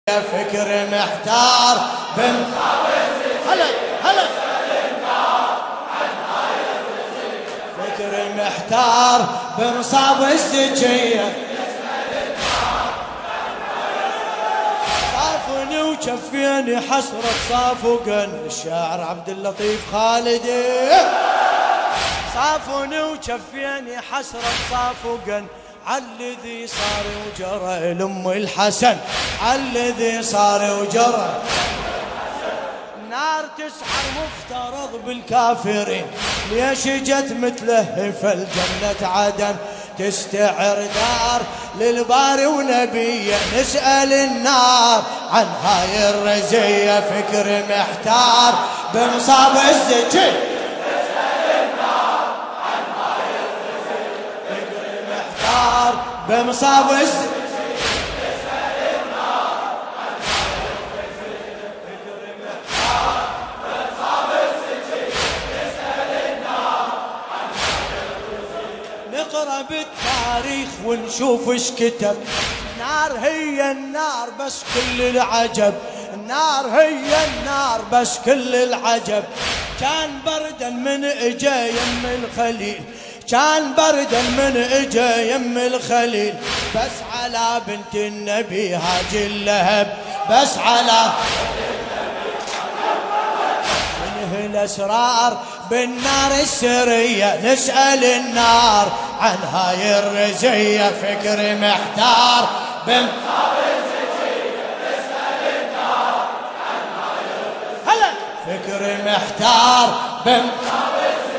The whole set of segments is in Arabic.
فكر محتار هلا هلا فكر محتار بمصاب الزكية صافني وشفيني حسرة صافقا الشاعر عبد اللطيف خالدي صافني وشفيني حسرة صافقا عالذي صار وجرى لأم الحسن عالذي صار وجرى نار تسحر مفترض بالكافرين ليش جت مثله فالجنة عدن تستعر دار للباري ونبيه نسأل النار عن هاي الرزية فكر محتار بمصاب الزكي بمصاب نقرأ بالتاريخ ونشوف ايش كتب النار هي النار بس كل العجب النار هي النار بس كل العجب كان بردا من اجا يم الخليل كان بردا من اجا يم الخليل بس على بنت النبي هاجي اللهب بس على منه الاسرار بالنار السرية نسأل النار عن هاي الرزية فكر محتار بمصاب الزكية نسأل النار عن هاي الرزية هلا فكر محتار بمصاب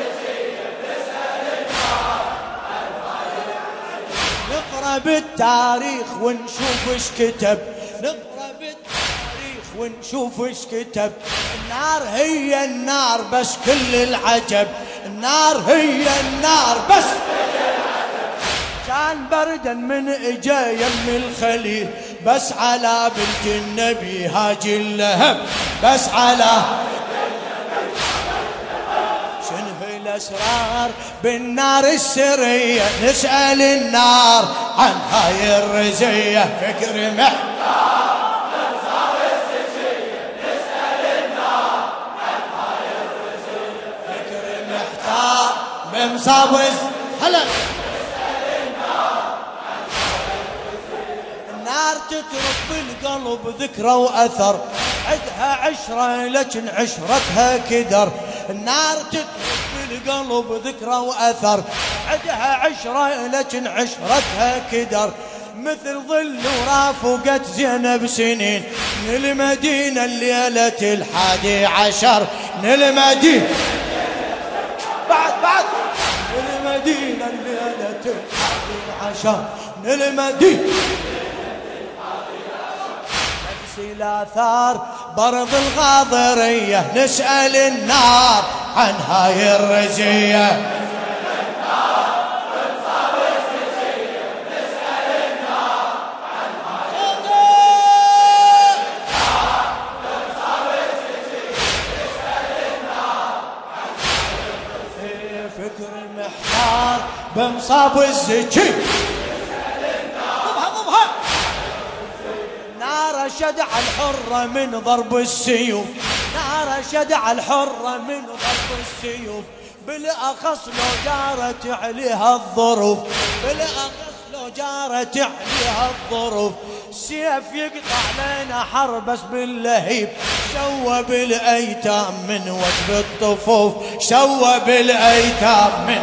نقرأ بالتاريخ ونشوف ايش كتب نقرأ بالتاريخ ونشوف ايش كتب النار هي النار بس كل العجب النار هي النار بس كان بردا من اجا يم الخليل بس على بنت النبي هاجي اللهب بس على الأسرار بالنار السرية نسأل النار عن هاي الرزية فكر محتار بمصاب الزكية نسأل النار عن هاي الرزية فكر محتار بمصاب هلا نسأل النار عن هاي الرزية النار تترك بالقلب ذكرى وأثر عدها عشرة لكن عشرتها كدر النار تترك بالقلب ذكرى وأثر عدها عشرة لكن عشرتها كدر مثل ظل ورافقت زينب سنين من المدينة الليلة 11 من المدينة بعد من المدينة الليلة 11 من المدينة الآثار برض الغاضرية نسأل النار عن هاي الرزية فكر محتار بمصاب الزكي نار شدع الحرة من ضرب السيوف نار شدع الحرة من ضرب السيوف بالأخص لو جارت عليها الظروف بالأخص لو جارت عليها الظروف سيف يقطع لنا حربس باللهيب سوى بالأيتام من وجب الطفوف سوى بالأيتام من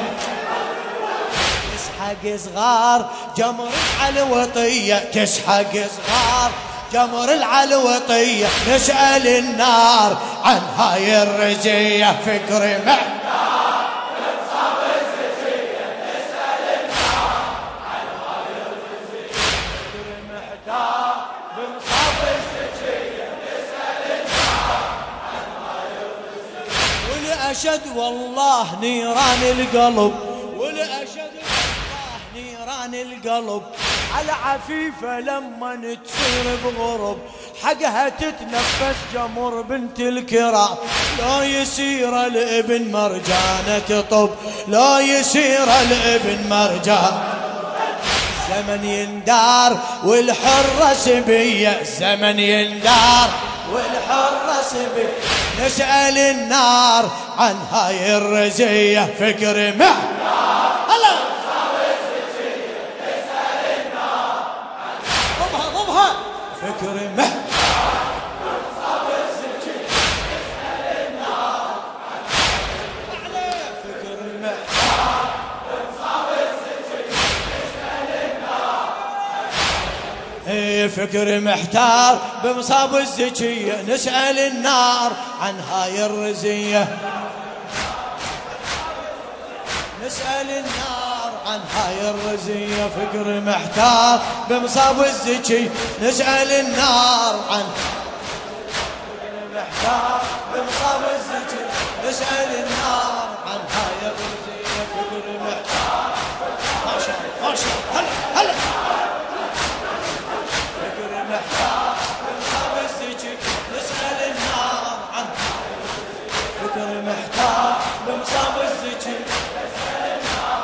تسحق صغار جمر العلوطية تسحق صغار جمر العلوطية نسأل النار عن هاي الرزية فكر محتار بمصاب الزكية نسأل النار عن هاي الرزية فكر محتار بمصاب الزكية نسأل النار عن هاي الرزية والأشد والله نيران القلب والأشد والله نيران القلب على عفيفة لما تصير بغرب حقها تتنفس جمر بنت الكرام لو يسير الابن مرجانة تطب لو يسير الابن مرجان زمن يندار والحرة سبية، زمن يندار والحرة سبية. نسأل النار عن هاي الرزية، فكر محتار. هلا نسأل النار ضبها ضبها، فكر محتار. فكر محتار بمصاب الزكية، نسأل النار عن هاي الرزية. نسأل النار عن هاي الرزية، فكر محتار بمصاب الزكية. نسأل النار عن فكر محتار بمصاب الزكية. نسأل النار عن هاي الرزية، فكر محتار. ما شاء الله ما شاء الله، هلا هلا. محتار بمصاب الزكي، نسأل النار عن فكر محتار بمصاب الزكي. نسأل النار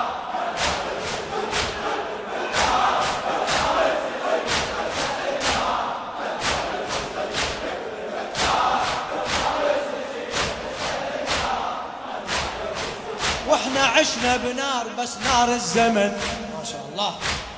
واحنا عشنا بنار بس نار الزمن. ما شاء الله.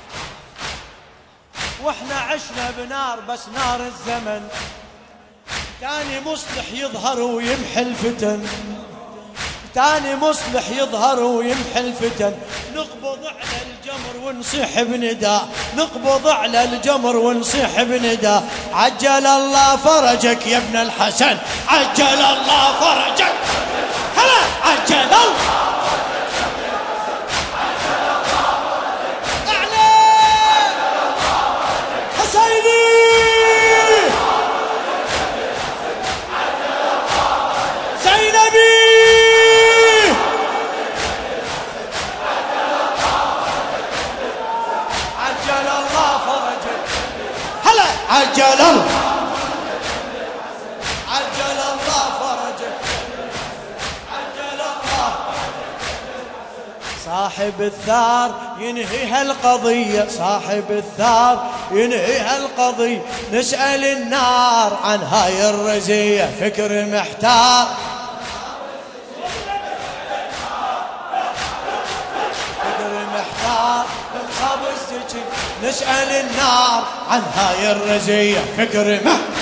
واحنا عشنا بنار بس نار الزمن. تاني مصلح يظهر ويمحي الفتن، تاني مصلح يظهر ويمحي الفتن. نقبض على الجمر ونصيح بنداء، نقبض على الجمر ونصيح بنداء. عجل الله فرجك يا ابن الحسن، عجل الله فرجك. هلا عجل الله. عجل الله، عجل الله فرجك، عجل الله. صاحب الثار ينهي هالقضية، صاحب الثار ينهي هالقضية. نسأل النار عن هاي الرزية، فكر محتار. فكر محتار بمصاب الزكي. نسأل النار عن هاي الرزية، فكر محتار.